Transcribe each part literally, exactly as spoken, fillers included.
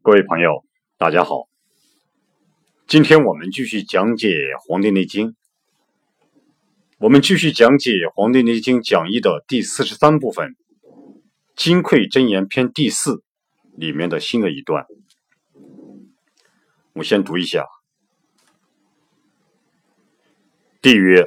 各位朋友，大家好。今天我们继续讲解《黄帝内经》，我们继续讲解《黄帝内经》讲义的第四十三部分《金匮真言篇》第四里面的新的一段。我先读一下。帝曰：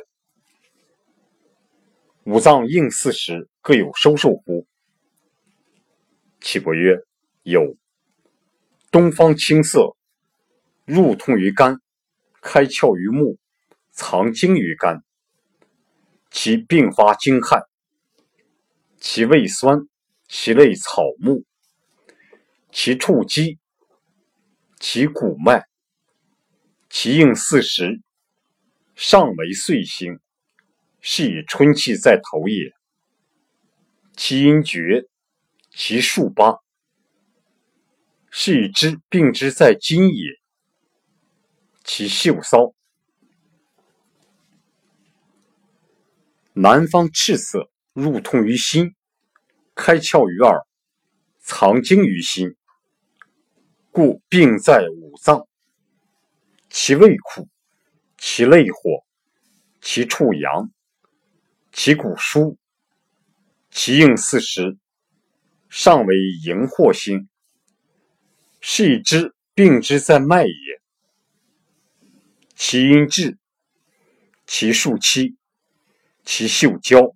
五脏应四时，各有收受乎？岐伯曰：有。东方青色，入通于肝，开窍于目，藏精于肝。其并发经汗，其味酸，其类草木，其触肌，其骨脉，其应四时，上为岁星，是以春气在头也。其阴厥，其数八，是以知病之在筋也。其嗅骚，南方赤色，入通于心，开窍于耳，藏精于心，故病在五脏。其味苦，其类火，其触阳，其骨疏，其应四时，上为荧惑星，是以知病之在脉也。其阴滞，其数七，其嗅焦。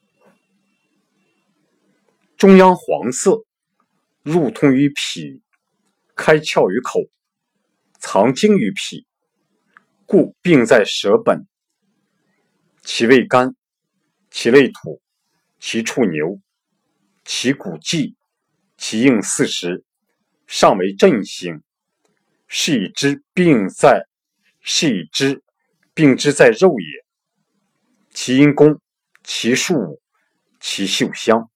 中央黄色，入通于脾，开窍于口，藏精于脾，故病在舌本。其味甘，其类土，其触牛，其骨际，其应四时，上为震星，是以知病在是以知病之在肉也。其阴功，其数五，其嗅香。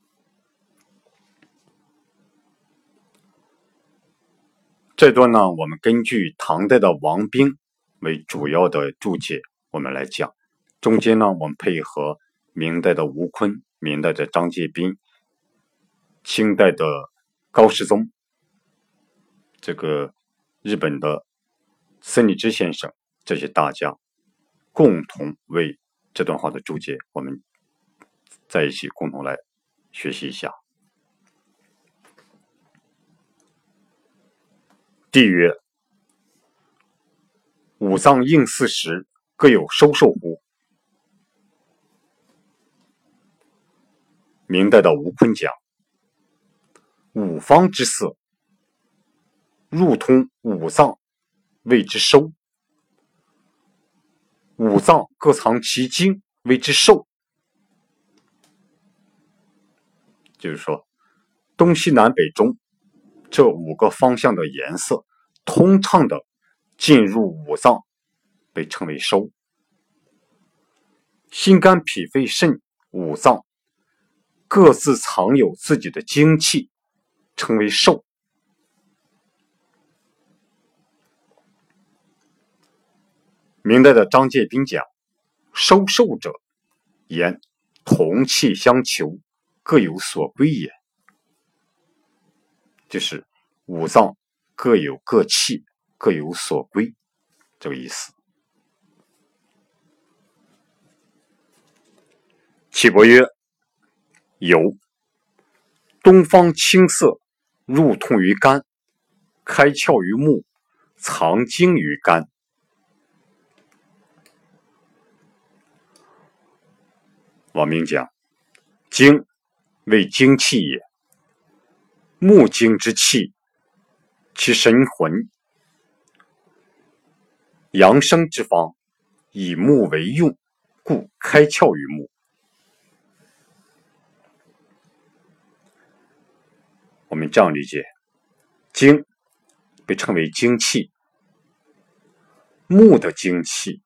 这段呢，我们根据唐代的王冰为主要的注解，我们来讲。中间呢，我们配合明代的吴坤、明代的张介宾、清代的高士宗，这个日本的森理之先生，这些大家共同为这段话的注解，我们在一起共同来学习一下。帝曰：五脏应四时，各有收受乎？明代的吴坤讲，五方之色，入通五脏，谓之收；五脏各藏其精，谓之受。就是说，东西南北中这五个方向的颜色通畅的进入五脏，被称为收。心肝脾肺肾五脏各自藏有自己的精气，称为受。明代的张介宾讲，收受者，言同气相求，各有所归也。就是五脏各有各气，各有所归，这个意思。岐伯曰：有。东方青色，入通于肝，开窍于目，藏精于肝。王明讲，精为精气也，目精之气，其神魂，阳生之方，以目为用，故开窍于目。我们这样理解，精被称为精气，目的精气，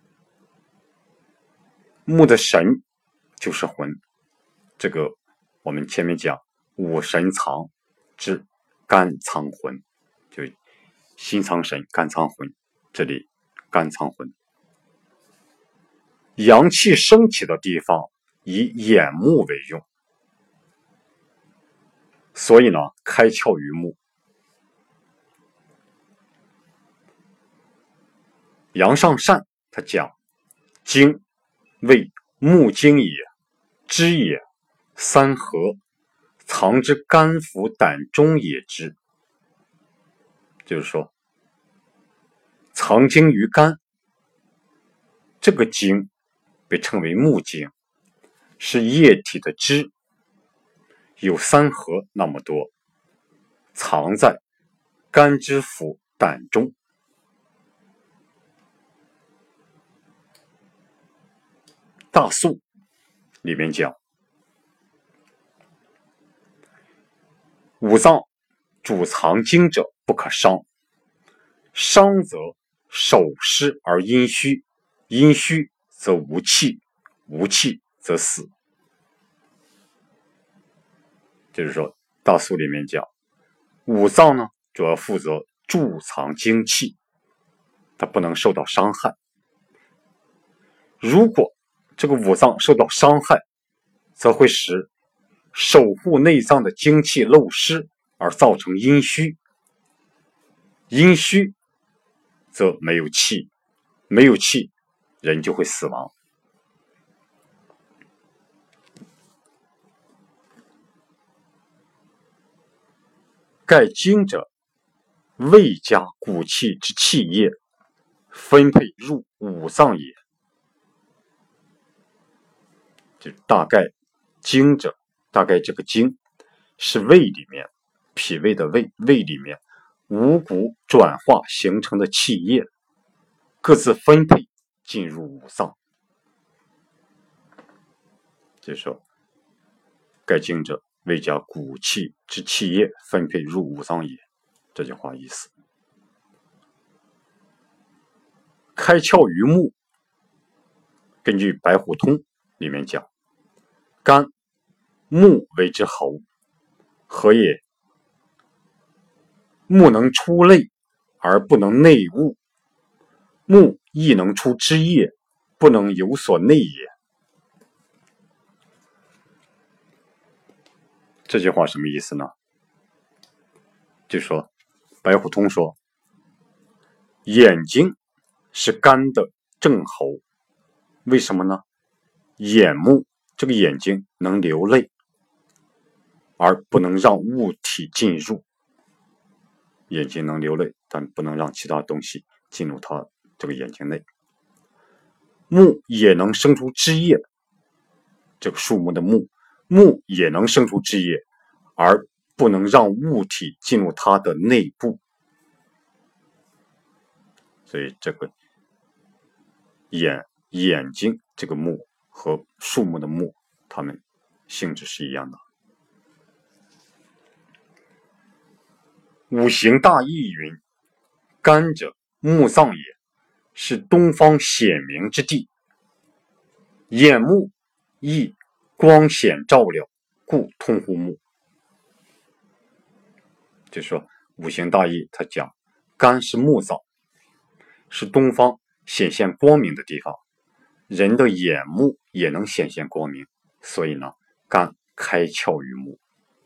目的神就是魂。这个我们前面讲五神藏之肝藏魂，就心藏神，肝藏魂，这里肝藏魂。阳气升起的地方，以眼目为用，所以呢，开窍于目。 杨尚善他讲精为木精也，之也，三合，藏之肝腑胆中也之。就是说藏精于肝，这个精被称为木精，是液体的汁，有三合那么多，藏在肝之腑胆中。大素里面讲，五脏主藏精者不可伤，伤则手湿而阴虚，阴虚则无气，无气则死。就是说大素里面讲，五脏呢主要负责贮藏精气，它不能受到伤害。如果这个五脏受到伤害，则会使守护内脏的精气漏失，而造成阴虚。阴虚则没有气，没有气，人就会死亡。盖精者，胃加骨气之气液，分配入五脏也。就大概精者，大概这个精是胃里面，脾胃的胃，胃里面五谷转化形成的气液，各自分配进入五脏。就是说盖精者，胃加骨气之气液，分配入五脏也。这句话意思。开窍于目，根据白虎通里面讲，肝目为之侯，何也？目能出类而不能内物，目亦能出汁液，不能有所内也。这句话什么意思呢？就说白虎通说，眼睛是肝的正侯，为什么呢？眼目，这个眼睛能流泪，而不能让物体进入。眼睛能流泪，但不能让其他东西进入它这个眼睛内。目也能生出汁液，这个树木的木，木也能生出汁液，而不能让物体进入它的内部。所以这个眼眼睛这个目和树木的木，它们性质是一样的。五行大义云，肝者木脏也，是东方显明之地，眼目亦光显照料，故通乎目。就说五行大义他讲肝是木脏，是东方显现光明的地方，人的眼目也能显现光明，所以呢，肝开窍于目。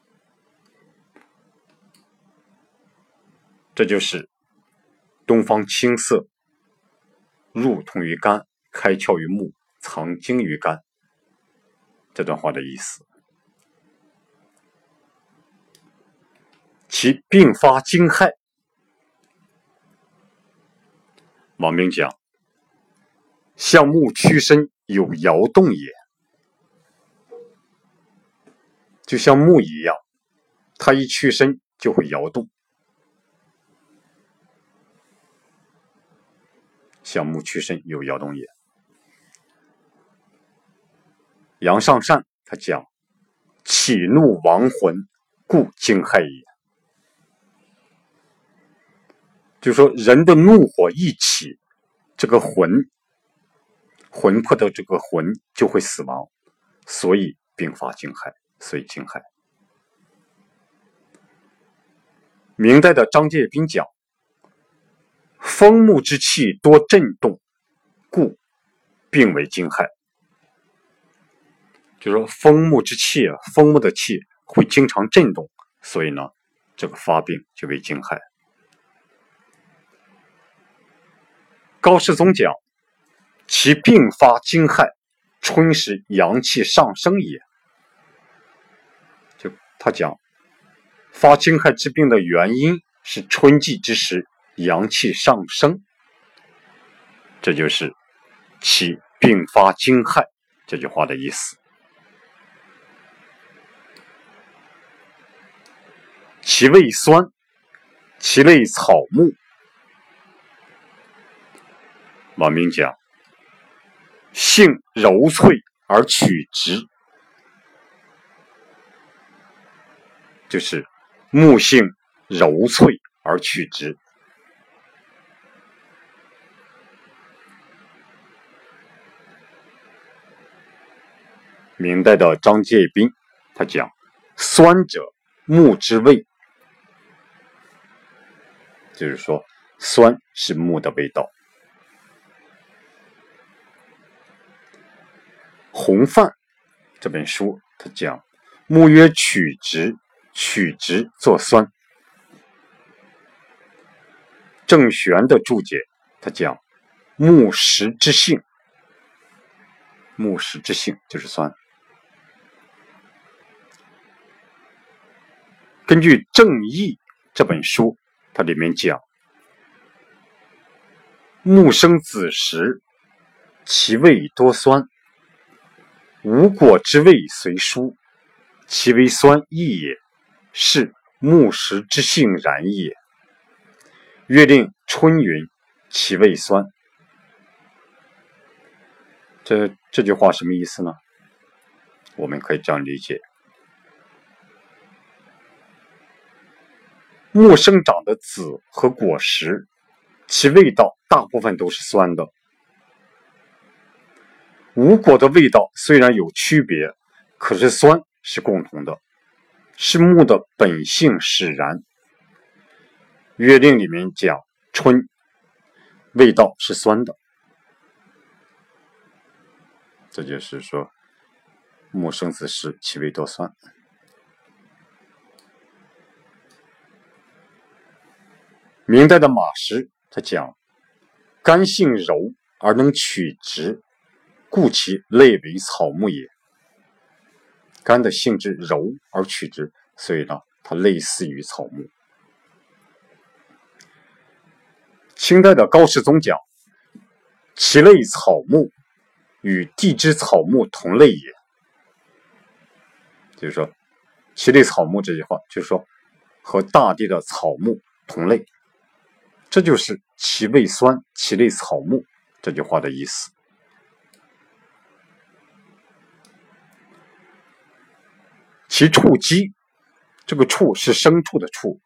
这就是东方青色入通于肝，开窍于目，藏精于肝这段话的意思。其并发惊骇，王明讲，像木屈伸有摇动也，就像木一样，它一屈伸就会摇动。像木屈伸有摇动也。杨尚善他讲，起怒亡魂，故惊骇也。就说人的怒火一起，这个魂魂魄的这个魂就会死亡，所以并发惊骇，所以惊骇。明代的张介宾讲，风木之气多震动，故并为惊骇。就说风木之气啊，风木的气会经常震动，所以呢，这个发病就为惊骇。 高士宗讲，其并发惊骇，春时阳气上升也。就他讲，发惊骇之病的原因是春季之时阳气上升，这就是其并发惊骇这句话的意思。其味酸，其类草木。王明讲，性柔脆而曲直，就是木性柔脆而曲直。明代的张介宾他讲，酸者木之味，就是说酸是木的味道。洪范这本书他讲，木曰曲直，曲直作酸。郑玄的注解他讲，木实之性，木实之性就是酸。根据《正义》这本书，它里面讲，木生子时，其味多酸，无果之味虽疏，其为酸亦也，是木实之性然也。月令春云，其味酸。这这句话什么意思呢？我们可以这样理解，木生长的籽和果实，其味道大部分都是酸的。无果的味道虽然有区别，可是酸是共同的，是木的本性使然。月令里面讲春，味道是酸的，这就是说木生子时，其味多酸。明代的马识他讲，肝性柔而能曲直，故其类为草木也。肝的性质柔而曲直，所以呢，它类似于草木。清代的高士宗讲，其类草木，与地之草木同类也。就是说，其类草木这句话，就是说和大地的草木同类，这就是其味酸，其类草木这句话的意思。其畜鸡，这个畜是牲畜的畜。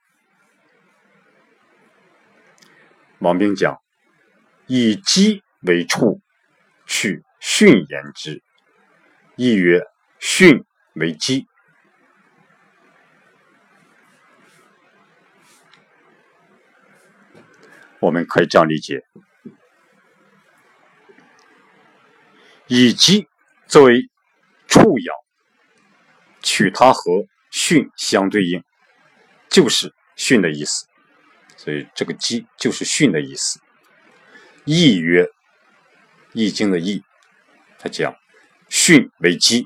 王冰讲，以鸡为畜，取训言之，亦曰训为鸡。我们可以这样理解，以鸡作为畜养，取它和训相对应，就是训的意思，所以这个鸡就是训的意思。亦曰，易经的易，他讲训为鸡，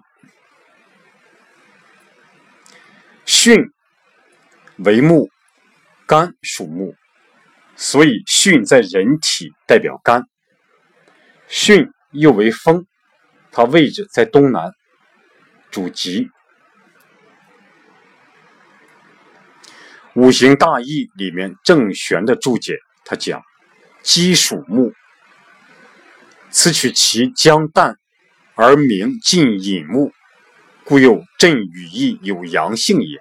训为木，肝属木，所以巽在人体代表肝，巽又为风，它位置在东南，主吉。五行大义里面郑玄的注解，他讲鸡属木，此取其将淡而明尽隐木，故有震羽翼有阳性也。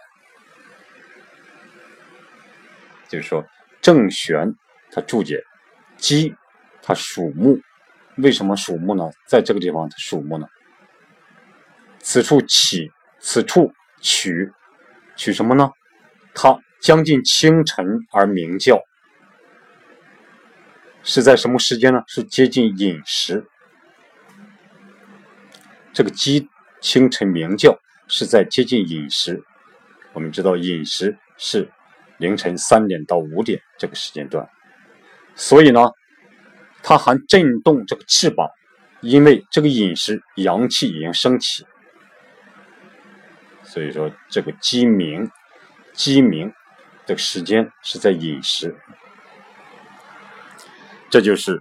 就是说郑玄他注解，鸡它属木，为什么属木呢？在这个地方它属木呢？此处起，此处取，取什么呢？它将近清晨而鸣叫，是在什么时间呢？是接近饮食。这个鸡清晨鸣叫是在接近饮食，我们知道饮食是凌晨三点到五点这个时间段，所以呢， 它还震动这个翅膀，因为这个寅时阳气已经升起，所以说这个鸡鸣鸡鸣的时间是在寅时，这就是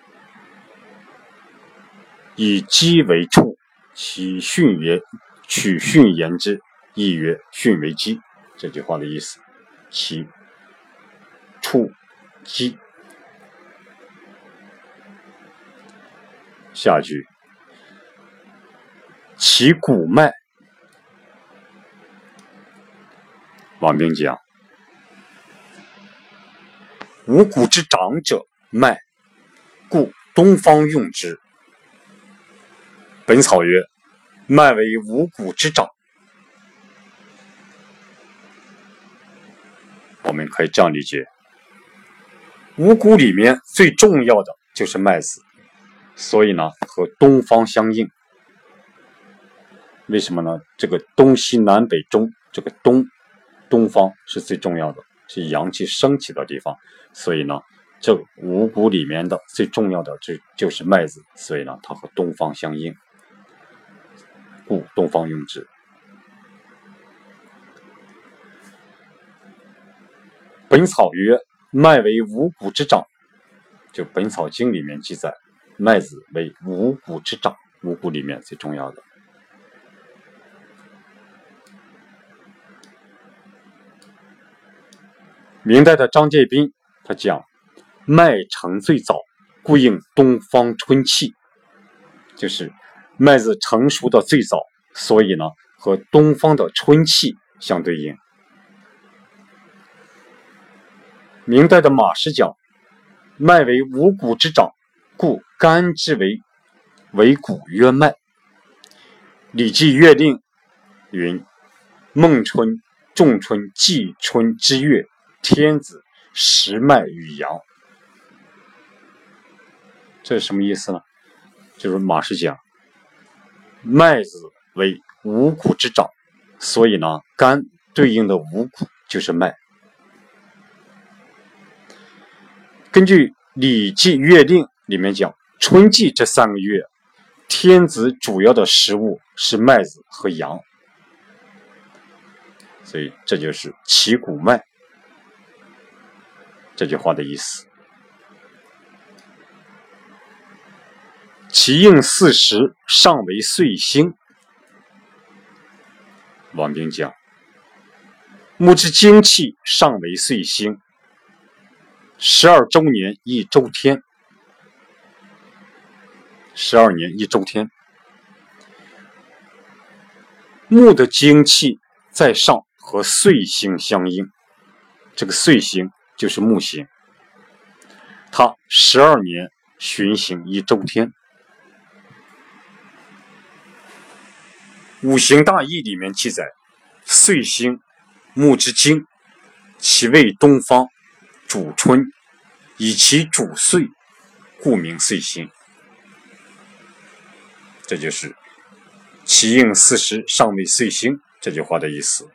以鸡为畜，其训曰取训言之，亦曰训为鸡，这句话的意思。其畜鸡。下句，其骨脉。王冰讲，五谷之长者脉，故东方用之。本草曰，脉为五谷之长。我们可以这样理解，五谷里面最重要的就是麦子，所以呢和东方相应。为什么呢？这个东西南北中，这个东东方是最重要的，是阳气升起的地方，所以呢这五谷里面的最重要的就就是麦子，所以呢它和东方相应，故东方用之。本草曰，麦为五谷之长，就《本草经》里面记载，麦子为五谷之长，五谷里面最重要的。明代的张介宾他讲，麦成最早，故应东方春气，就是麦子成熟的最早，所以呢和东方的春气相对应。明代的马师讲，麦为五谷之长，故干之为为谷曰麦。礼记乐令云，孟春、仲春、季春之月，天子食麦与阳。这是什么意思呢？就是马师讲，麦子为五谷之长，所以呢干对应的五谷就是麦。根据礼记乐令里面讲，春季这三个月，天子主要的食物是麦子和羊，所以这就是其谷麦这句话的意思。其应四时，尚为岁星。王冰讲，木之精气尚为岁星，十二周年一周天，十二年一周天。木的精气在上，和岁星相应，这个岁星就是木星，它十二年巡行一周天。五行大义里面记载，岁星木之精，其位东方，主春，以其主岁，故名岁星。这就是其应四时，尚为岁星这句话的意思。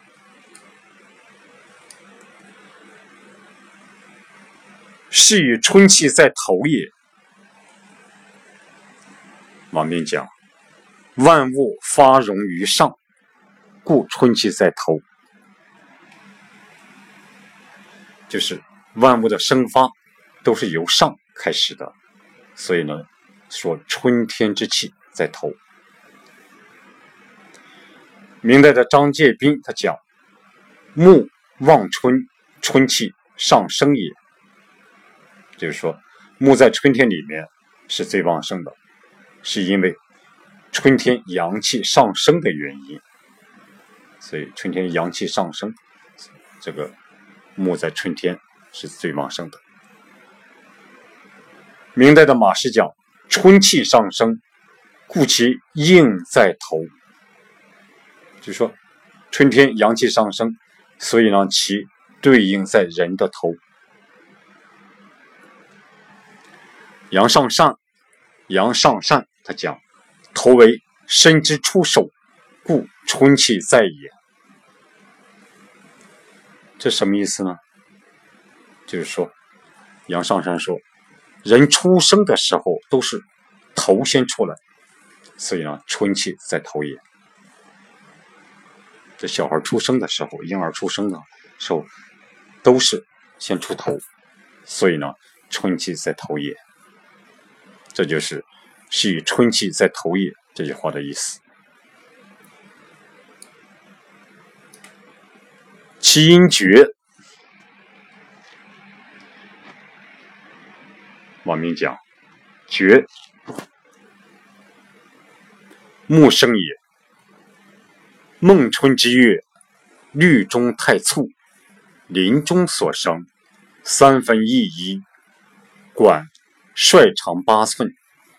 是以春气在头也。王冰讲，万物发荣于上，故春气在头，就是万物的生发都是由上开始的，所以呢说春天之气在头。明代的张介宾他讲，木旺春，春气上升也，就是说木在春天里面是最旺盛的，是因为春天阳气上升的原因，所以春天阳气上升，这个木在春天是最旺盛的。明代的马师讲，春气上升，故其应在头，就是说春天阳气上升，所以呢其对应在人的头。杨上善杨上善他讲，头为身之出首，故春气在也。这什么意思呢？就是说杨上善说， 人出生的时候都是头先出来，所以呢，春气在头也。这小孩出生的时候，婴儿出生的时候都是先出头，所以呢，春气在头也。这就是是以春气在头也这句话的意思。其因绝，王明讲，绝，木生也。孟春之月，律中太簇，林中所生，三分一一，管率长八寸。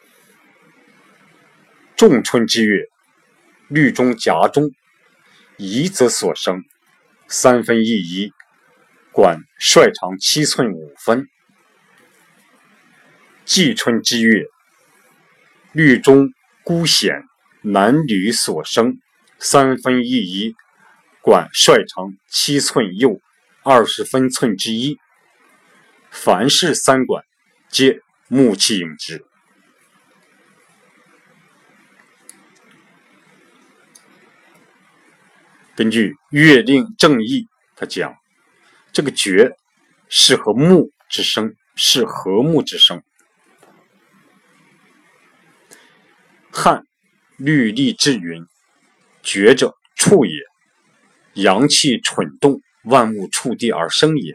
仲春之月，律中夹中，夷则所生，三分一一，管率长七寸五分。季春之月，律中孤显，男女所生，三分一一，管率长七寸又二十分寸之一。凡是三管，皆木气应之。根据《月令正义》，他讲这个绝是和木之生，是和睦之生。汉律历之云：绝者，处也。阳气蠢动，万物触地而生也。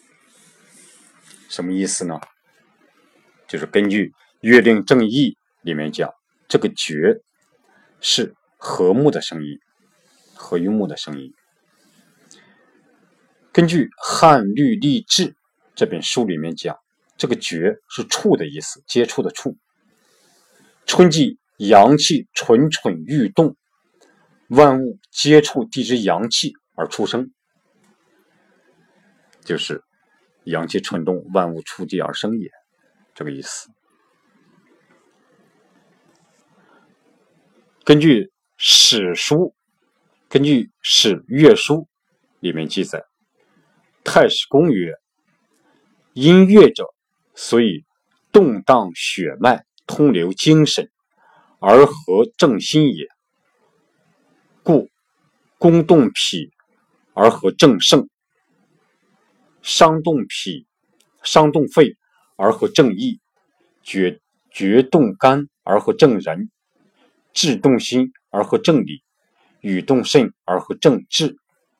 什么意思呢？就是根据《月令正义》里面讲，这个绝是和睦的声音，和于木的声音。根据《汉律历志》这本书里面讲，这个绝是触的意思，接触的触。春季阳气蠢蠢欲动，万物接触地之阳气而出生，就是阳气蠢动，万物触地而生也，这个意思。根据史书，根据《史乐书》里面记载，太史公曰：因乐者，所以动荡血脉，通流精神，而合正心也。故攻动脾而合正盛，伤动脾伤动肺而合正义，决决动肝而合正人，志动心而合正理，语动肾而合正志。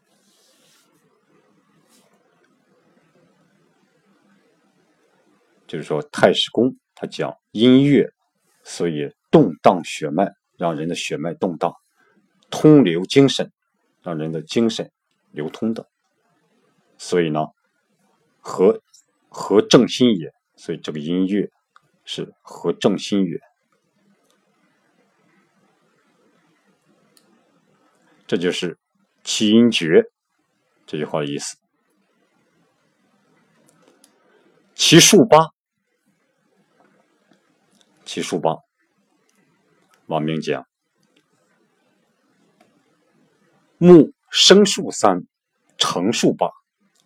就是说太史公他讲音乐，所以动荡血脉，让人的血脉动荡，通流精神，让人的精神流通的，所以呢和和正心也，所以这个音乐是和正心也。这就是其音绝这句话的意思。其数八，其数八，王明讲，木生数三，成数八。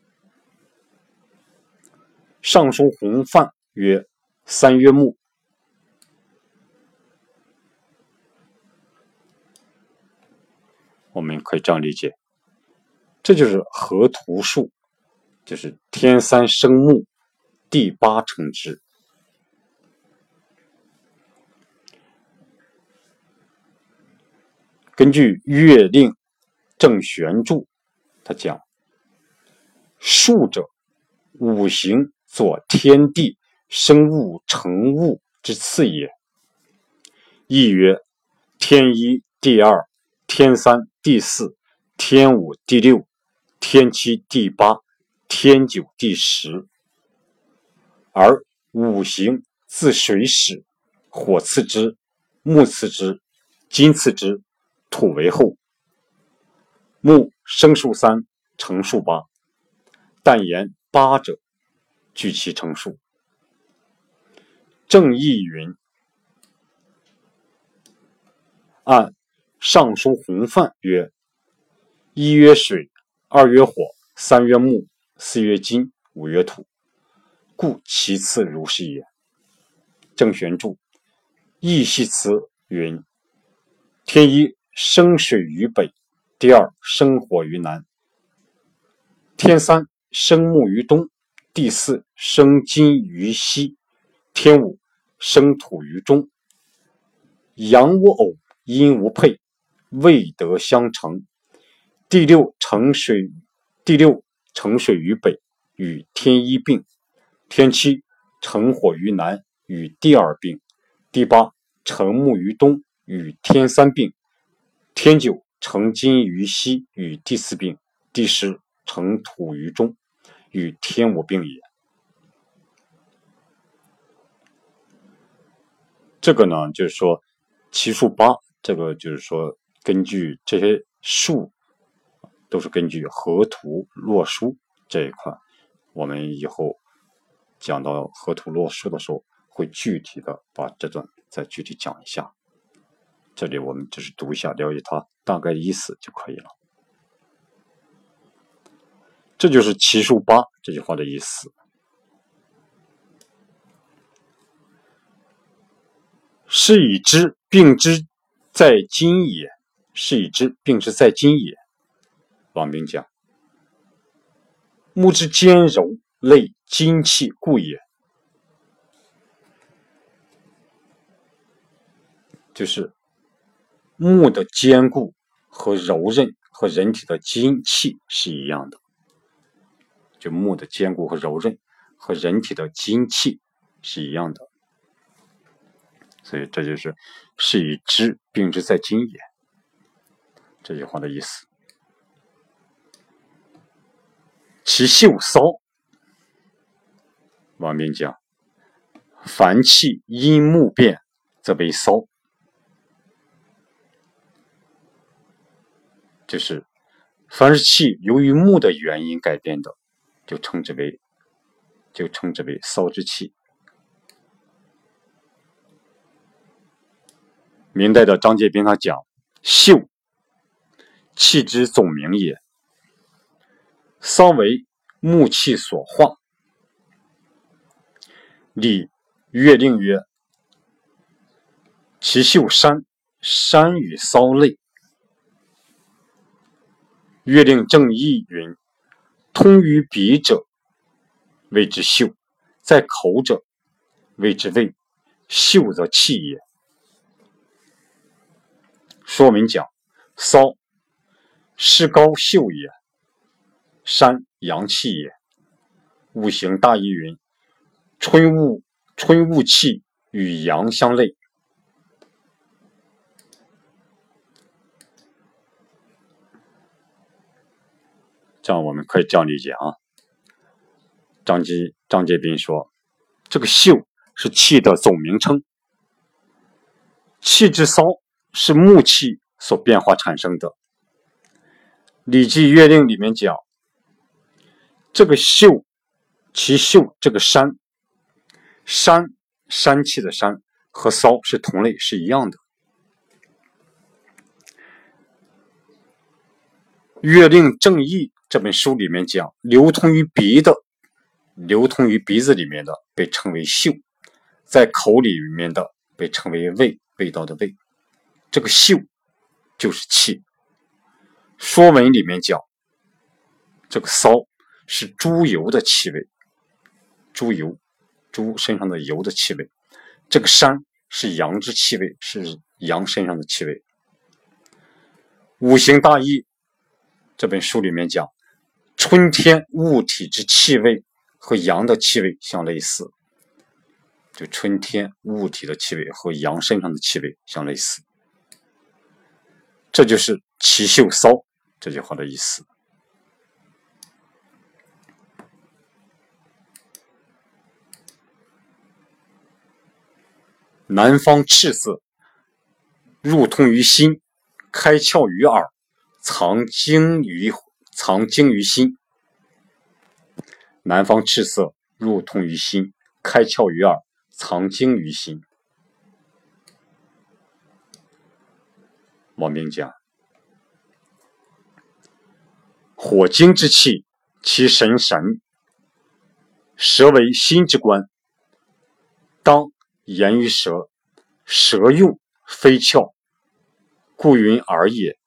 尚书洪范曰：三曰木。我们可以这样理解，这就是河图数，就是天三生木，地八成之。根据《月令正玄注》，他讲，数者，五行佐天地生物成物之次也。亦曰：天一、地二、天三、第四、天五、第六、天七、第八、天九、第十。而五行自水始，火次之，木次之，金次之，土为后。木生数三，成数八，但言八者，据其成数。正义云：按尚书洪范曰：一曰水，二曰火，三曰木，四曰金，五曰土，故其次如是也。 郑玄注义系辞云：天一生水于北，第二生火于南，天三生木于东，第四生金于西，天五生土于中。阳无偶，阴无配，未得相成。第六成水，第六成水于北，与天一并。天七成火于南，与第二并。第八成木于东，与天三并。天九成金于西，与第四并。第十成土于中，与天五并也。这个呢，就是说奇数八，这个就是说根据这些数都是根据河图洛书这一块，我们以后讲到河图洛书的时候，会具体的把这段再具体讲一下。这里我们只是读一下，了解它大概意思就可以了。这就是奇数八这句话的意思。是以之并之在今也，是以之并之在今也。王冰讲：木之坚柔，类金气故也。就是木的坚固和柔韧和人体的精气是一样的，就木的坚固和柔韧和人体的精气是一样的，所以这就是是以之并之在今也这句话的意思。其秀骚，王冰讲：凡气因木变，则为骚。就是凡是气由于木的原因改变的，就称之为就称之为骚之气。明代的张介宾他讲：秀，气之总名也，骚为木气所化。李乐令曰：其秀山，山与骚类。乐令正义云：通于鼻者谓之秀，在口者谓之味，秀则气也。说明讲：骚，是高秀也；山，阳气也。五行大义云：春雾春雾气与阳相类。这样我们可以这样理解啊。张基张介宾说，这个秀是气的总名称，气之骚是木气所变化产生的。礼记乐令里面讲，这个秀，其秀这个山，山山气的山和骚是同类，是一样的。乐令正义这本书里面讲，流通于鼻的流通于鼻子里面的被称为嗅，在口里面的被称为味，味道的味。这个嗅就是气。说文里面讲，这个骚是猪油的气味，猪油猪身上的油的气味。这个山是阳之气味，是阳身上的气味。五行大义这本书里面讲，春天物体之气味和阳的气味相类似，就春天物体的气味和阳身上的气味相类似。这就是其秀骚这句话的意思。南方赤色，入通于心，开窍于耳，藏精于藏精于心。南方赤色，入通于心，开窍于耳，藏精于心。王明讲，火精之气，其神神，舌为心之官，当言于舌，舌用非窍，故云耳也。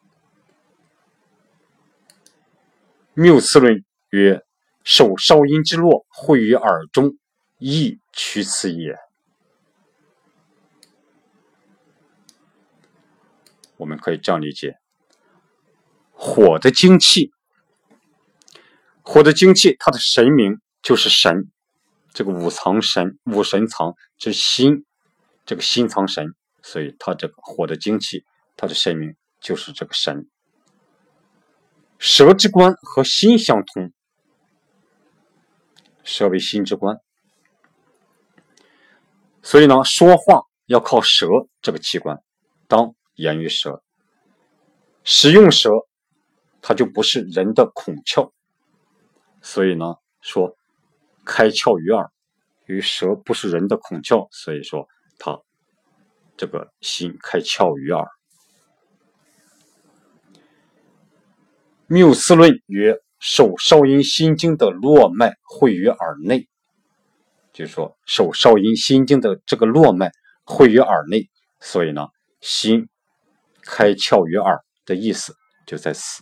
谬次论曰：受少阴之络，会于耳中，亦取此也。我们可以这样理解：火的精气，火的精气，它的神明就是神，这个五藏神，五神藏之心，这个心藏神，所以它这个火的精气，它的神明就是这个神。舌之官和心相通，舌为心之官，所以呢，说话要靠舌这个器官，当言于舌。使用舌，它就不是人的孔窍，所以呢，说开窍于耳，因为舌不是人的孔窍，所以说它这个心开窍于耳。谬次论曰：受少阴心经的络脉会于耳内，就是说受少阴心经的这个络脉会于耳内，所以呢，心开窍于耳的意思就在此。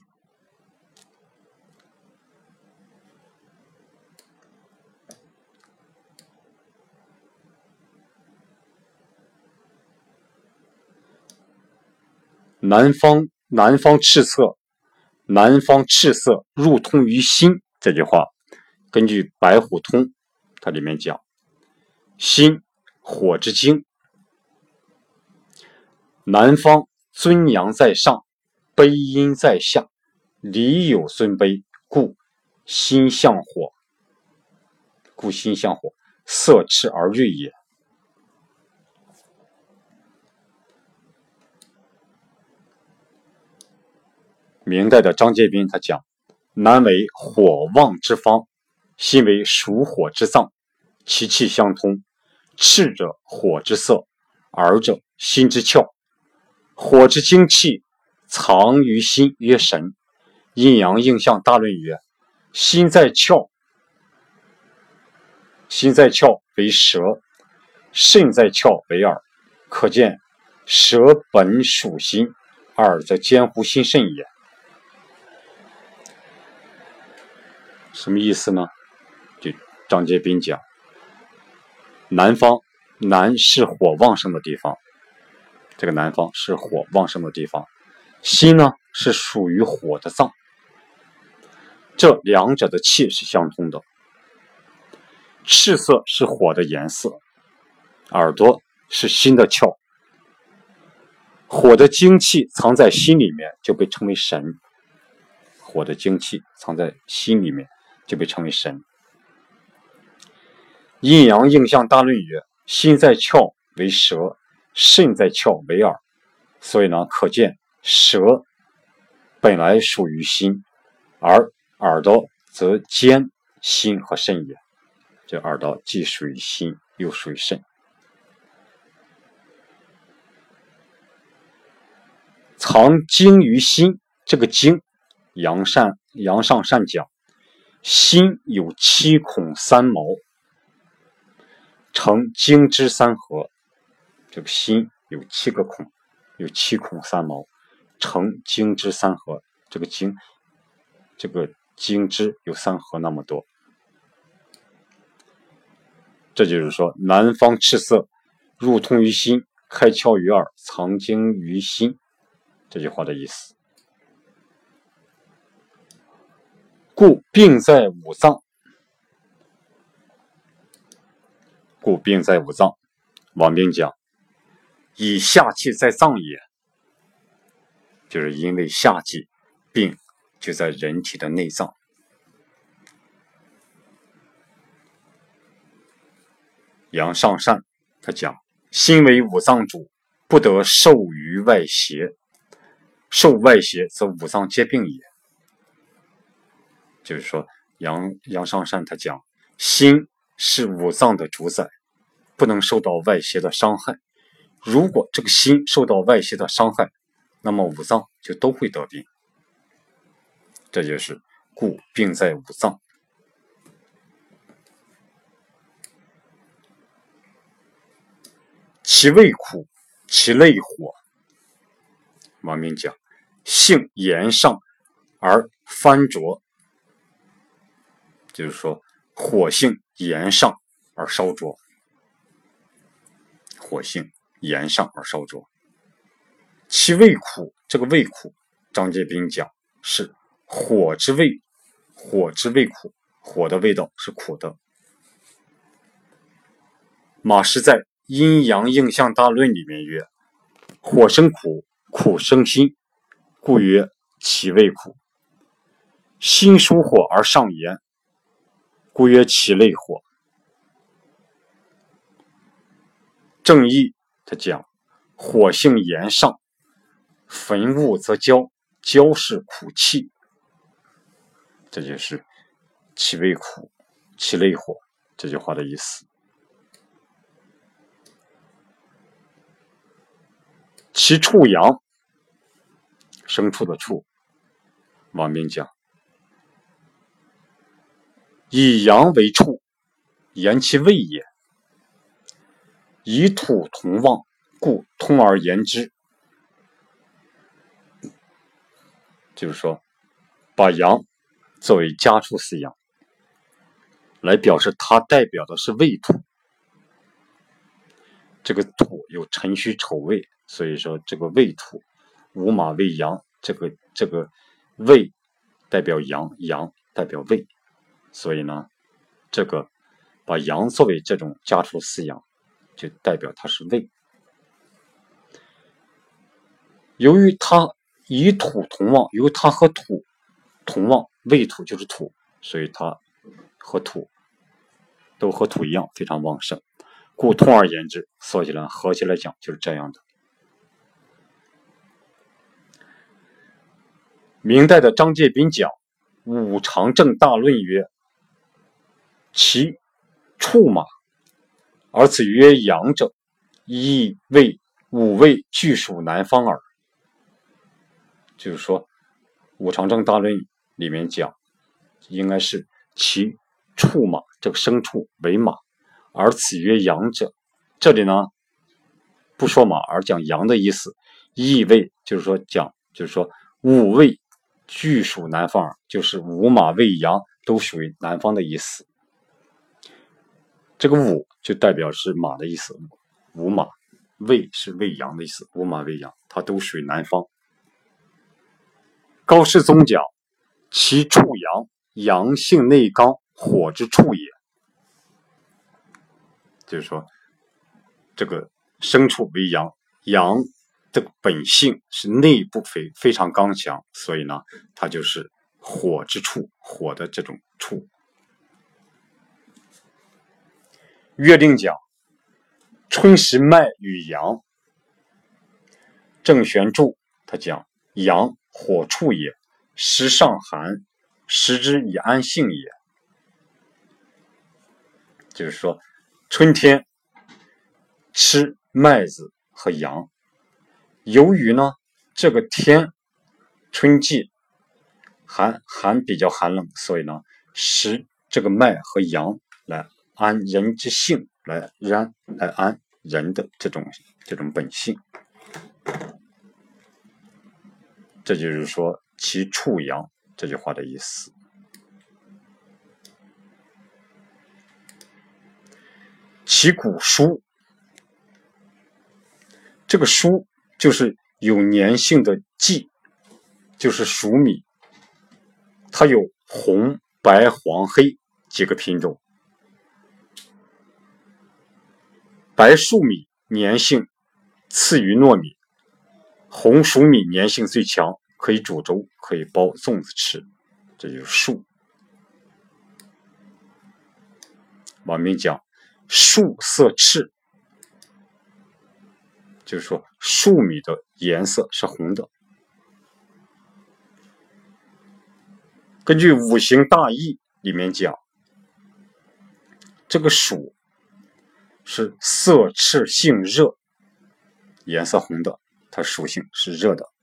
南方南方赤色，南方赤色入通于心，这句话根据白虎通它里面讲，心火之精，南方尊阳在上，卑阴在下，里有尊卑，故心向火，故心向火，色赤而锐也。明代的张介宾他讲，南为火旺之方，心为属火之脏，其气相通，赤者火之色，耳者心之窍，火之精气藏于心曰神。阴阳应象大论曰：心在窍，心在窍为舌，肾在窍为耳。可见舌本属心，耳则兼乎心肾也。什么意思呢？就张介宾讲，南方，南是火旺盛的地方，这个南方是火旺盛的地方，心呢是属于火的脏，这两者的气是相通的。赤色是火的颜色，耳朵是心的窍，火的精气藏在心里面，就被称为神。火的精气藏在心里面，就被称为神。阴阳应象大论曰：心在窍为舌，肾在窍为耳。所以呢，可见舌本来属于心，而耳朵则兼心和肾也。这耳朵既属于心，又属于肾。藏精于心，这个精，杨善杨上善讲，心有七孔三毛，成精之三合。这个心有七个孔，有七孔三毛，成精之三合。这个精，这个精之有三合那么多。这就是说，南方赤色入通于心，开窍于耳，藏精于心，这句话的意思。故病在五脏，故病在五脏。王冰讲，以下气在脏也，就是因为下气，病就在人体的内脏。杨上善他讲，心为五脏主，不得受于外邪，受外邪则五脏皆病也。就是说，杨杨上善他讲，心是五脏的主宰，不能受到外邪的伤害。如果这个心受到外邪的伤害，那么五脏就都会得病。这就是故病在五脏。 其味苦，其类火。王明讲，性炎上而翻灼，就是说火性炎上而烧灼，火性炎上而烧灼。其味苦，这个味苦，张介宾讲是火之味，火之味苦，火的味道是苦的。马师在《阴阳应象大论》里面曰：火生苦，苦生辛，故曰其味苦。辛属火而上炎，故曰其类火。正义他讲，火性炎上，焚物则焦，焦是苦气，这就是其味苦，其类火这句话的意思。其畜阳，牲畜的畜，王明讲，以阳为畜，言其味也。以土同旺，故通而言之。就是说，把阳作为家畜饲养，来表示它代表的是味土。这个土有辰戌丑未，所以说这个未土，午马未阳，这个这个未代表阳，阳代表未，所以呢，这个把羊作为这种家畜饲养，就代表它是未。由于它以土同旺，由于它和土同旺，未土就是土，所以它和土都和土一样非常旺盛，故通而言之，说起来合起来讲就是这样的。明代的张介宾讲《五常正大论》曰：其畜马，而此曰阳者，亦为五味俱属南方耳。就是说《五常正大论》里面讲，应该是其畜马，这个牲畜为马，而此曰阳者，这里呢不说马而讲羊的意思，亦为就是说讲就是说五味俱属南方耳，就是五马未羊都属于南方的意思。这个五就代表是马的意思，五马，未是未羊的意思，五马未羊，它都属于南方。高士宗讲，其畜阳，阳性内刚，火之畜也。就是说，这个牲畜为阳，阳的本性是内部非非常刚强，所以呢，它就是火之畜，火的这种畜。岳令讲，春时麦与阳。郑玄注他讲，阳火畜也，时上寒，食之以安性也。就是说，春天吃麦子和羊，由于呢这个天春季寒寒比较寒冷，所以呢食这个麦和羊来安人之性，来安来安人的这种这种本性。这就是说其畜阳这句话的意思。其谷蔬，这个蔬就是有粘性的稷，就是黍米，它有红、白、黄、黑几个品种。白粟米粘性次于糯米，红黍米粘性最强，可以煮粥，可以包粽子吃，这就是粟。王明讲，粟色赤，就是说粟米的颜色是红的。根据五行大义里面讲，这个黍是色赤性热，颜色红的，它属性是热的。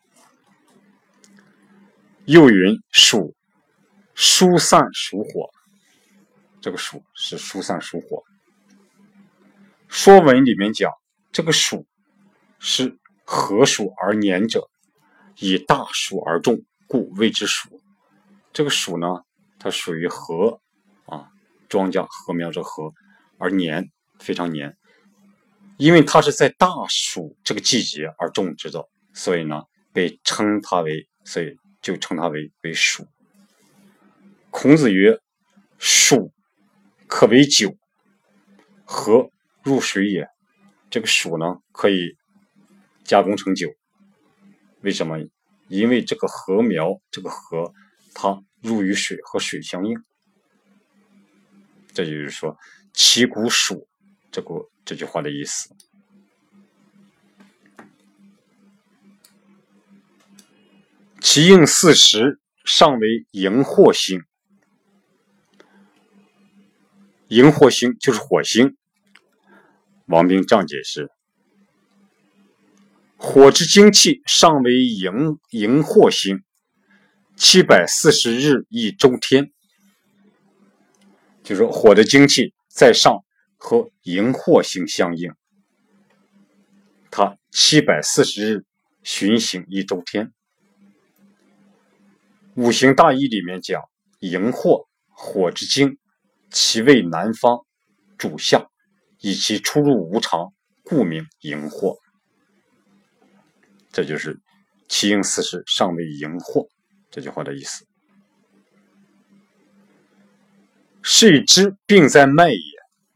又云黍疏散属火，这个黍是疏散属火。说文里面讲， 这个属是合属而年者，以大属而重，故谓之属。这个属呢，它属于禾啊，庄稼禾苗这禾，而年非常年，因为它是在大暑这个季节而种植的，所以呢被称它为，所以就称它为为黍。孔子曰：黍可为酒，禾入水也。这个黍呢可以加工成酒，为什么？因为这个禾苗，这个禾它入于水，和水相应。这就是说其谷黍这个这句话的意思。其应四时，上为荧惑星。荧惑星就是火星。王冰丈解释：火之精气上为荧荧惑星，七百四十日一周天。就是说火的精气在上和荧惑星相应，它七百四十日巡行一周天。五行大义里面讲，荧惑，火之精，其位南方，主夏，以其出入无常，故名荧惑。这就是其应四时，上为荧惑这句话的意思。是以知病在脉也。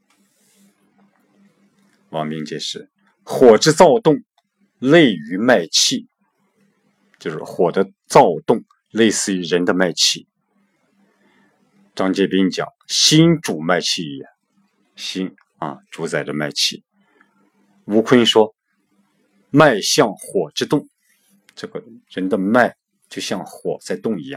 王冰解释：火之躁动类于脉气，就是火的躁动类似于人的脉气。张介宾讲：心主脉气也，心啊主宰着脉气。吴坤说：脉象火之动，这个人的脉就像火在动一样。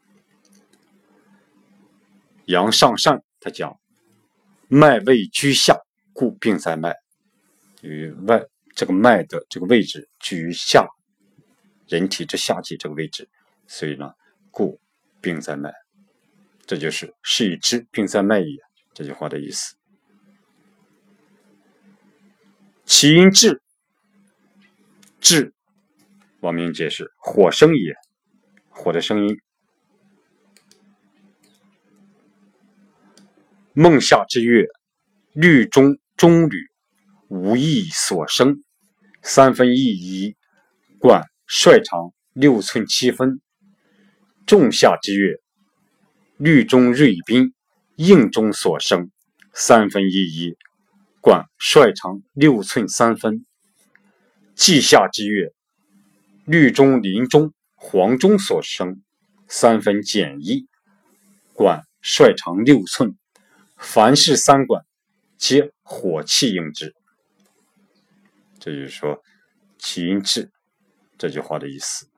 杨尚善他讲：脉位居下，故病在脉。与外这个脉的这个位置居于下，人体之下际这个位置，所以呢，故病在脉。这就是是以知病在脉也这句话的意思。其因至，至王明解释：火生也，火的声音。孟夏之月，律中中吕，无意所生，三分一一，管率长六寸七分。仲夏之月，律中锐宾，应中所生，三分一一，管率长六寸三分。季夏之月，律中临中，黄中所生，三分减一，管率长六寸。凡是三管，皆火气应之。这就是说其因至这句话的意思。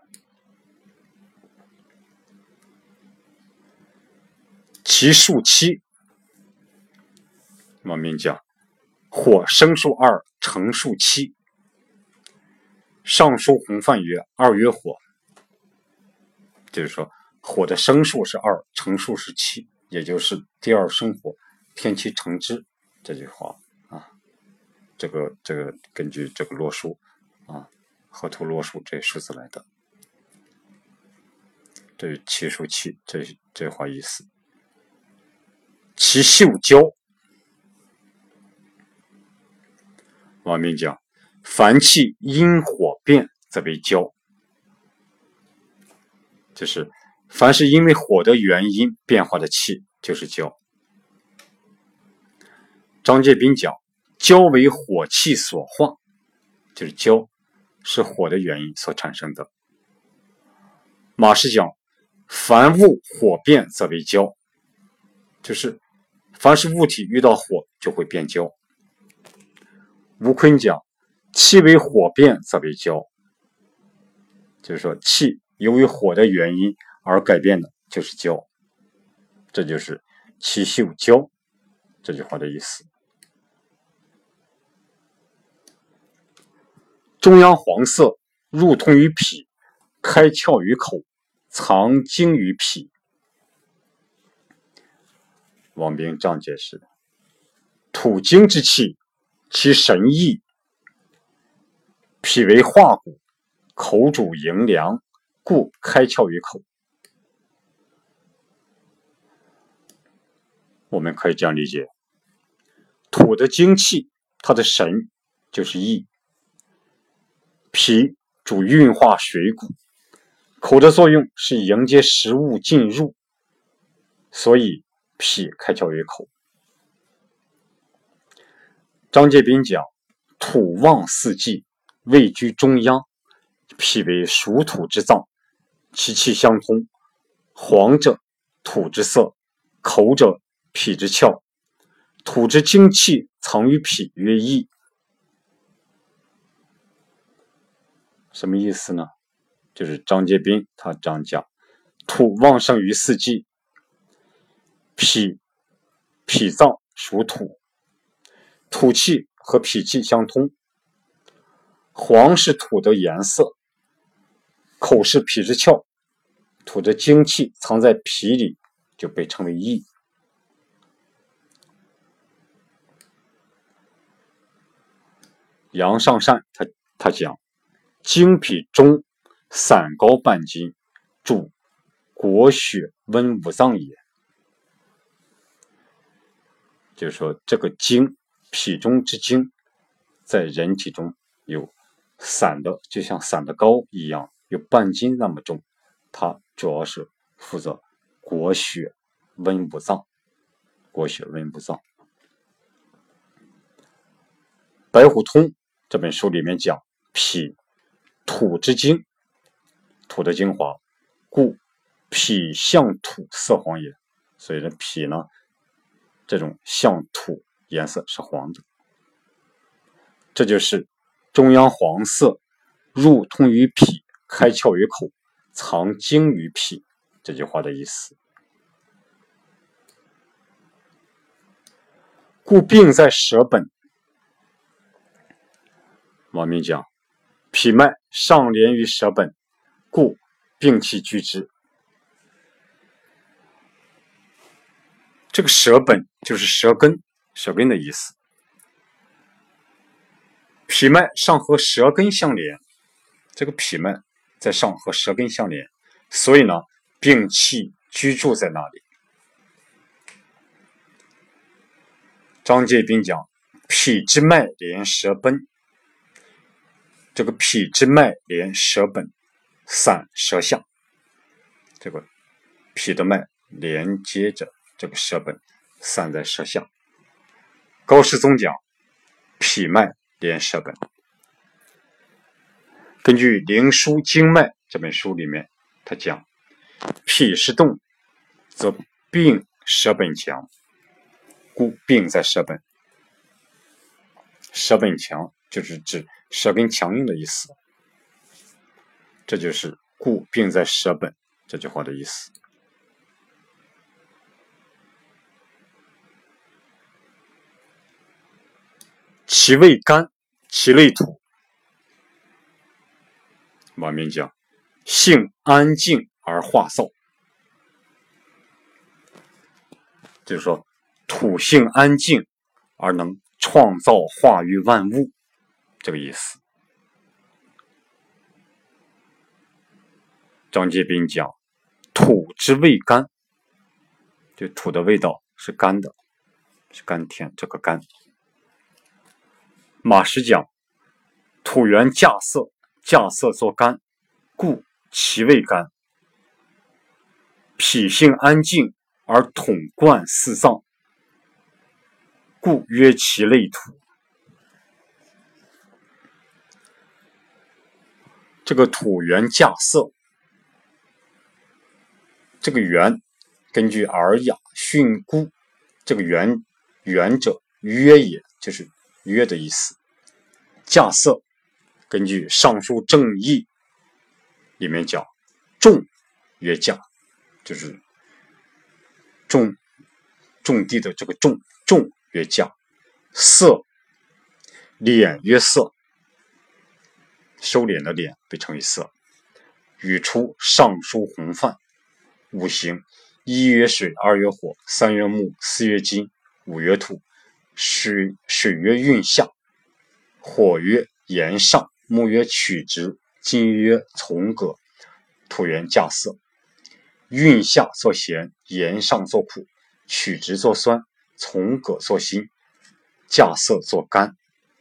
其数七，王明讲：火生数二，成数七。尚书洪范曰：二曰火。就是说火的生数是二，成数是七，也就是第二生火，天其成之这句话啊，这个这个根据这个洛书啊，河图洛书这数字来的。这是七数七，这这话意思。其嗅焦，王明讲：凡气因火变，则为焦。就是凡是因为火的原因变化的气，就是焦。张介宾讲：焦为火气所化，就是焦是火的原因所产生的。马氏讲：凡物火变则为焦，就是凡是物体遇到火就会变焦。吴坤讲：气为火变则为焦，就是说气由于火的原因而改变的就是焦。这就是其嗅焦这句话的意思。中央黄色，入通于脾，开窍于口，藏精于脾。王冰丈解释：土精之气，其神异， 脾为化骨，口主营粮，故开窍于口。我们可以这样理解，土的精气，它的神就是意，脾主运化水谷，口的作用是迎接食物进入，所以脾开窍于口。张介宾讲，土旺四季，位居中央，脾为属土之脏，其气相通。黄者土之色，口者脾之窍，土之精气藏于脾，曰意。什么意思呢？就是张介宾他这样讲，土旺盛于四季，脾脾脏属土，土气和脾气相通，黄是土的颜色，口是脾之窍，土的精气藏在脾里，就被称为意。杨尚善他他讲，经脾中，散高半斤，主国血温五脏也。就是说，这个经，脾中之经，在人体中有散的，就像散的膏一样，有半斤那么重，它主要是负责国血温五脏，国血温五脏。白虎通这本书里面讲，脾土之精，土的精华，故脾象土色黄也。所以呢，脾呢，这种象土颜色是黄的，这就是中央黄色，入通于脾，开窍于口，藏精于脾这句话的意思。故病在舌本。王明讲，脾脉上连于舌本，故病气居之。这个舌本就是舌根，舌根的意思。脾脉上和舌根相连，这个脾脉在上和舌根相连，所以呢，病气居住在那里。张介宾讲，脾之脉连舌本，这个脾之脉连舌本，散舌下，这个脾的脉连接着这个舌本，散在舌下。高士宗讲，脾脉连舌本。根据《灵枢经脉》这本书里面，他讲，脾是动，则病舌本强，故病在舌本。舌本强就是指舌根强硬的意思，这就是故病在舌本这句话的意思。其味甘，其类土。王明讲，性安静而化燥，就是说土性安静而能创造化育万物，这个意思。张介宾讲，土之味甘，就土的味道是甘的，是甘甜，这个甘。马识讲，土元稼色，稼色作甘，故其味甘。脾性安静而统贯四脏，故曰其类土。这个土元稼色，这个元根据《尔雅训诂》，这个元元者约也，就是约的意思。稼色根据《尚书正义》里面讲，种曰稼，就是种种地的这个种，种曰稼。色敛曰色，收敛的敛被称为色。语出尚书洪范。五行，一曰水，二曰火，三曰木，四曰金，五曰土。水水曰运下，火曰炎上， 木曰曲直，金曰从葛，土元稼色。运下作咸，盐上作苦，曲直作酸，从葛作辛，稼色作甘。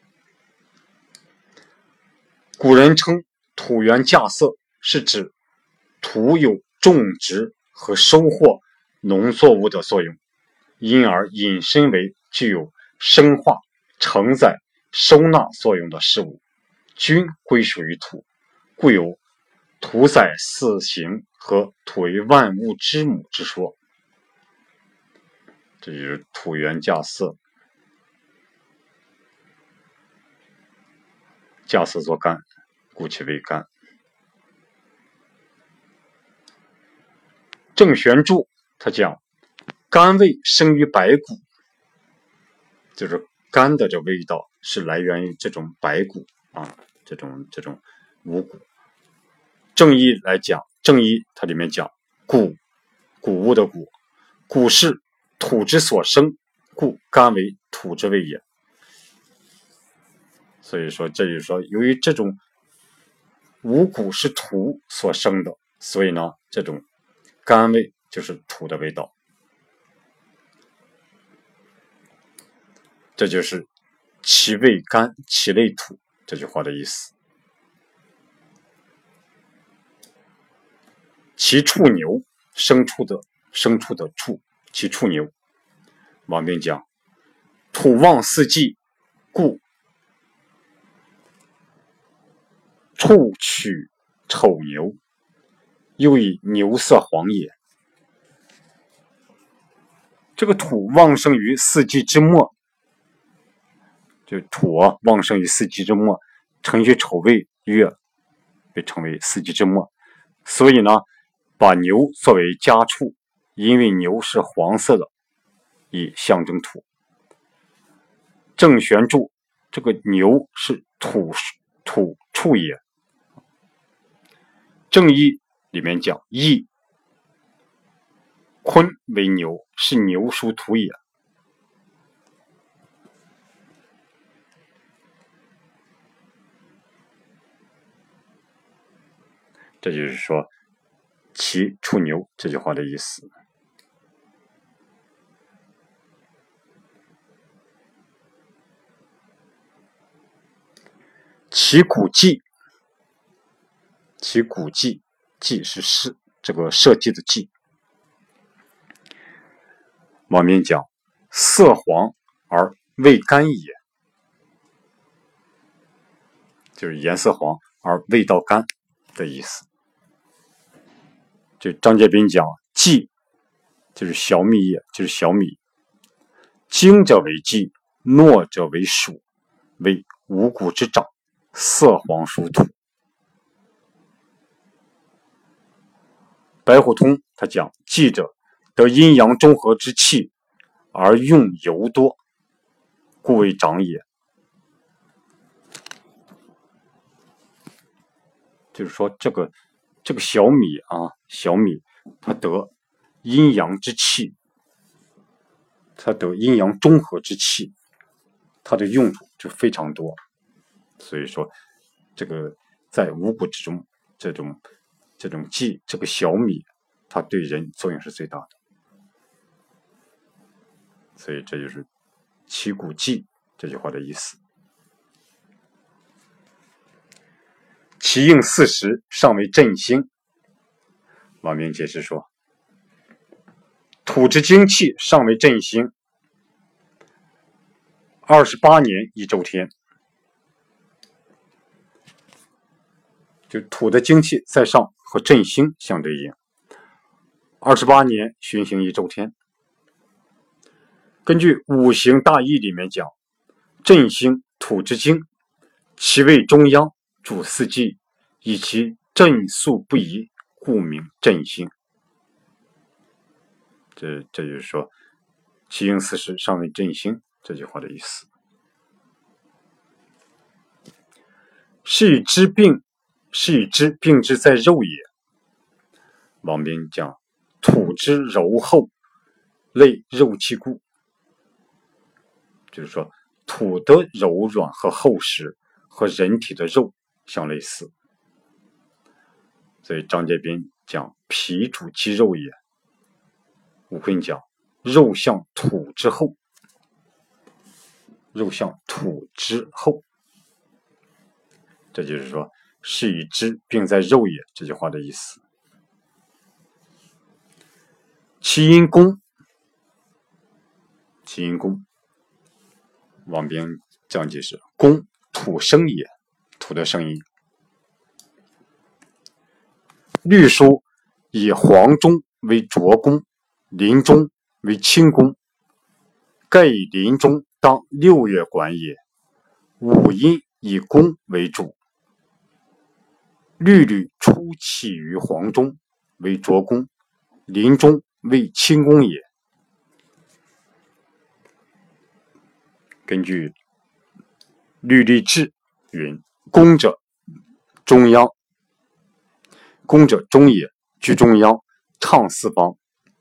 古人称土元稼色，是指土有种植和收获农作物的作用，因而引申为具有生化、承载、收纳作用的事物，均归属于土，故有土载四行和土为万物之母之说。这就是土元稼色，稼色作甘，故其为甘。郑玄注他讲，甘味生于白骨，就是甘的这味道是来源于这种白骨啊，这种这种五谷。正义来讲，正义它里面讲谷，谷物的谷，谷是土之所生，故甘为土之味也。所以说，这就是说，由于这种五谷是土所生的，所以呢，这种甘味就是土的味道。这就是其味甘，其类土这句话的意思。其畜牛，牲畜的牲畜的畜，其畜牛。王兵讲，土旺四季，故畜取丑牛，又以牛色黄也。这个土旺盛于四季之末，就土啊旺盛于四季之末，辰戌丑未月被称为四季之末，所以呢，把牛作为家畜，因为牛是黄色的，以象征土。郑玄注，这个牛是土土畜也。正义里面讲，义坤为牛，是牛属土也。这就是说其畜牛这句话的意思。其骨计，其骨计，计是是这个设计的计。王民讲，色黄而味甘也，就是颜色黄而味道甘的意思。就张介宾讲，稷就是小米也，就是小米。精者为稷，糯者为黍，为五谷之长，色黄属土。白虎通他讲，稷者得阴阳中和之气，而用油多，故为长也。就是说，这个这个小米啊，小米它得阴阳之气，它得阴阳中和之气，它的用处就非常多。所以说，这个在五谷之中，这种这种稷，这个小米，它对人作用是最大的。所以这就是其骨计这句话的意思。其应四时，尚为振兴。王明解释说，土之精气尚为振兴，二十八年一周天，就土的精气在上和振兴相对应，二十八年巡行一周天。根据五行大义里面讲，振兴土之精，其位中央，主四季，以其振速不移，故名振兴。这这就是说，其应四时，尚为振兴这句话的意思。是以知病，是以知病之在肉也。王宾讲，土之柔厚，类肉气故。就是说，土的柔软和厚实和人体的肉相类似。所以张介宾讲脾主肌肉也，吴坤讲肉向土之后，肉向土之后，这就是说是以知并在肉也这句话的意思。其因功，其因功，王宾这样解释：功，土生也，土的声音。律书以黄中为浊功，临中为清功。盖以临中当六月管也。五阴以功为主，律律初起于黄中为浊功，临中为清功也。根据律历志云：功者中央，功者中也，居中央，唱四方。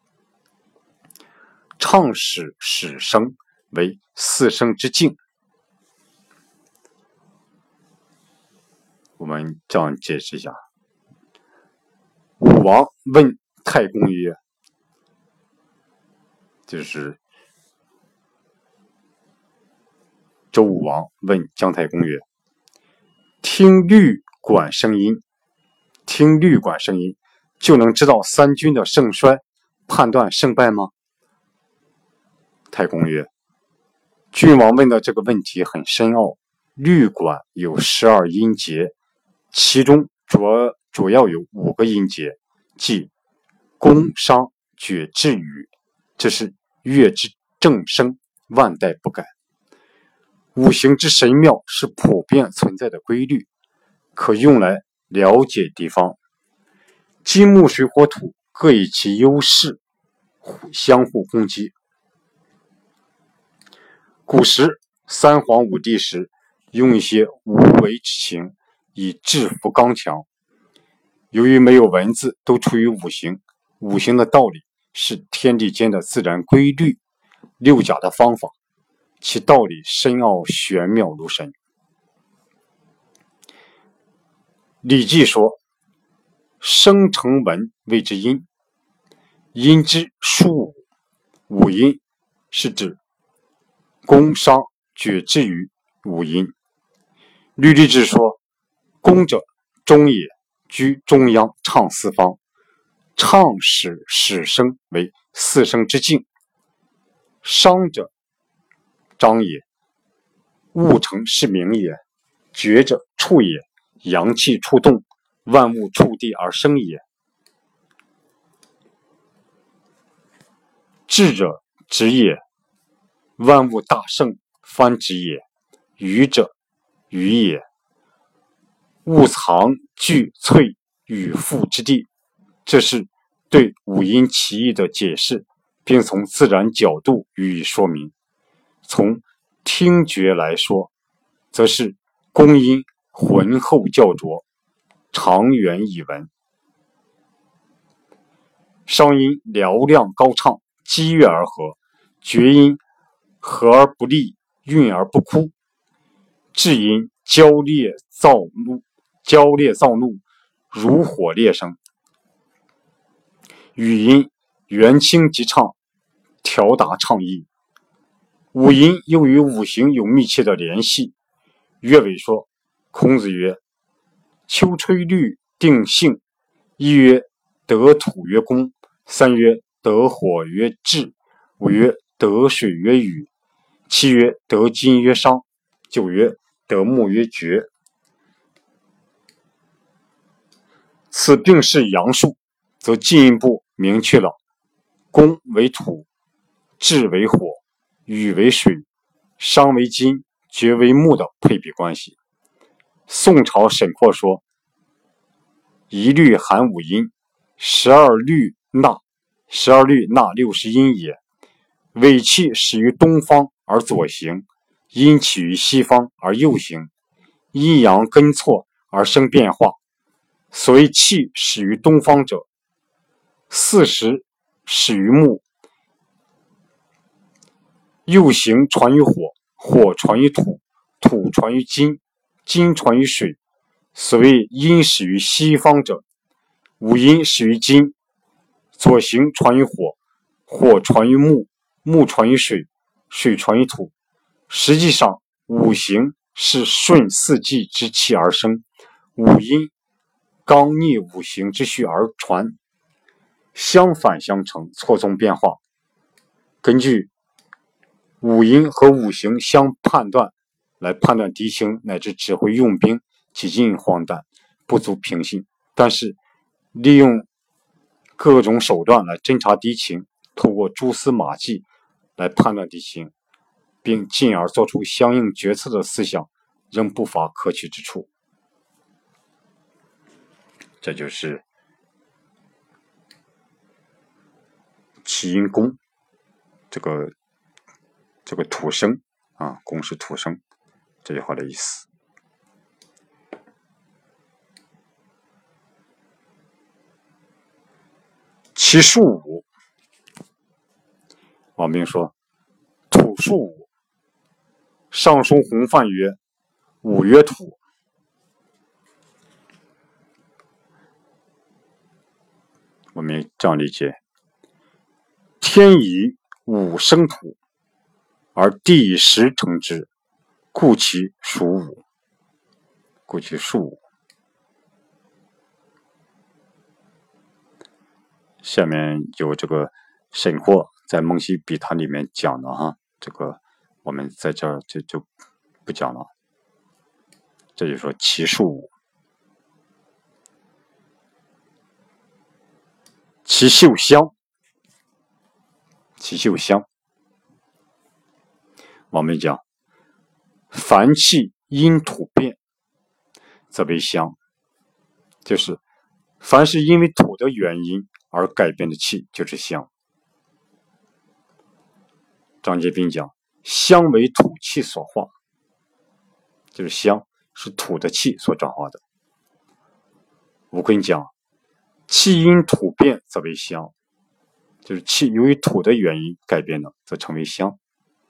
唱始始声为四声之境。我们这样解释一下：武王问太公曰，就是周武王问姜太公曰：听律管声音，听律管声音就能知道三军的盛衰，判断胜败吗？太公曰：君王问的这个问题很深奥，律管有十二音节，其中主要主要有五个音节，即宫、商、角、徵、羽，这是乐之正声，万代不改。五行之神妙是普遍存在的规律，可用来了解地方。金木水火土各以其优势，相互攻击。古时三皇五帝时，用一些无为之情以制服刚强。由于没有文字，都出于五行，五行的道理是天地间的自然规律，六甲的方法，其道理深奥玄妙如神。礼记说：生成文谓之阴，阴之属五，五阴是指宫、商、角、徵、羽五阴。律历志说：宫者中也，居中央，唱四方。唱始始声为四声之境。商者张也，物成是名也。角者触也，阳气触动，万物触地而生也。至者止也，万物大盛，翻止也。羽者羽也，物藏聚萃与复之地。这是对五音其义的解释，并从自然角度予以说明。从听觉来说，则是宫音浑厚较浊，长远以闻；商音嘹亮高畅，激越而和；角音和而不厉，韵而不枯；至音焦烈躁怒，焦烈躁怒，如火烈声；语音元清极畅，调达畅意。五音又与五行有密切的联系。乐伟说：孔子曰：秋吹律，定性。一曰得土曰功，三曰得火曰至，五曰得水曰羽，七曰得金曰商，九曰得木曰角。此并是阳数，则进一步明确了功为土，至为火，羽为水，商为金，角为木的配比关系。宋朝沈括说：一律含五音，十二律纳，十二律纳六十音也。尾气始于东方而左行，阴起于西方而右行，阴阳根错而生变化。所谓气始于东方者，四时始于木，右行传于火，火传于土，土传于金，金传于水， 所谓阴始于西方者，五阴始于金，左行传于火，火传于木，木传于水，水传于土。实际上五行是顺四季之气而生，五阴刚逆五行之序而传，相反相成，错综变化。根据五阴和五行相判断来判断敌情，乃至指挥用兵，几近荒诞，不足平信。但是利用各种手段来侦察敌情，透过蛛丝马迹来判断敌情，并进而做出相应决策的思想，仍不乏可取之处。这就是起因宫这个这个土生啊，宫是土生这句话的意思。其数五，王冰说：土数五，上书洪范曰：五曰土。我们这样理解：天以五生土，而地以时成之，故其属五。故其属五。下面有这个沈括在《梦溪笔谈》里面讲的哈，这个我们在这儿就就不讲了。这就说其数五，其秀香，其秀香。我们讲，凡气因土变，则为香，就是凡是因为土的原因而改变的气就是香。张节斌讲，香为土气所化，就是香是土的气所转化的。吴坤讲，气因土变则为香，就是气由于土的原因改变了，则成为香。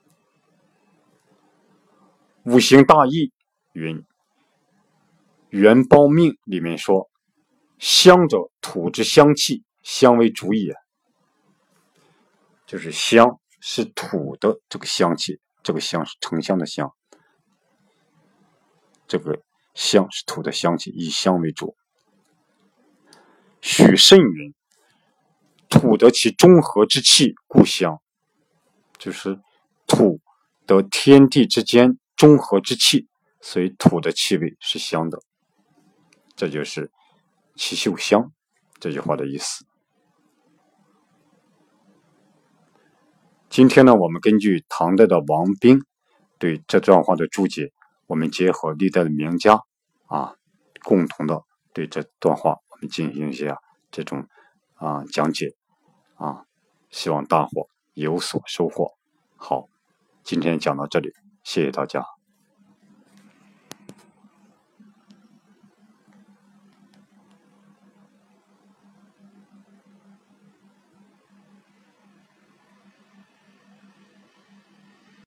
五行大义云，元包命里面说，香者土之香气，香为主也。就是香是土的这个香气，这个香是成香的香，这个香是土的香气，以香为主。许慎云，土得其中和之气，故香。就是土得天地之间中和之气，所以土的气味是香的。这就是其秀香这句话的意思。今天呢，我们根据唐代的王冰对这段话的注解，我们结合历代的名家啊，共同的对这段话我们进行一下这种啊讲解啊，希望大伙有所收获。好，今天讲到这里，谢谢大家。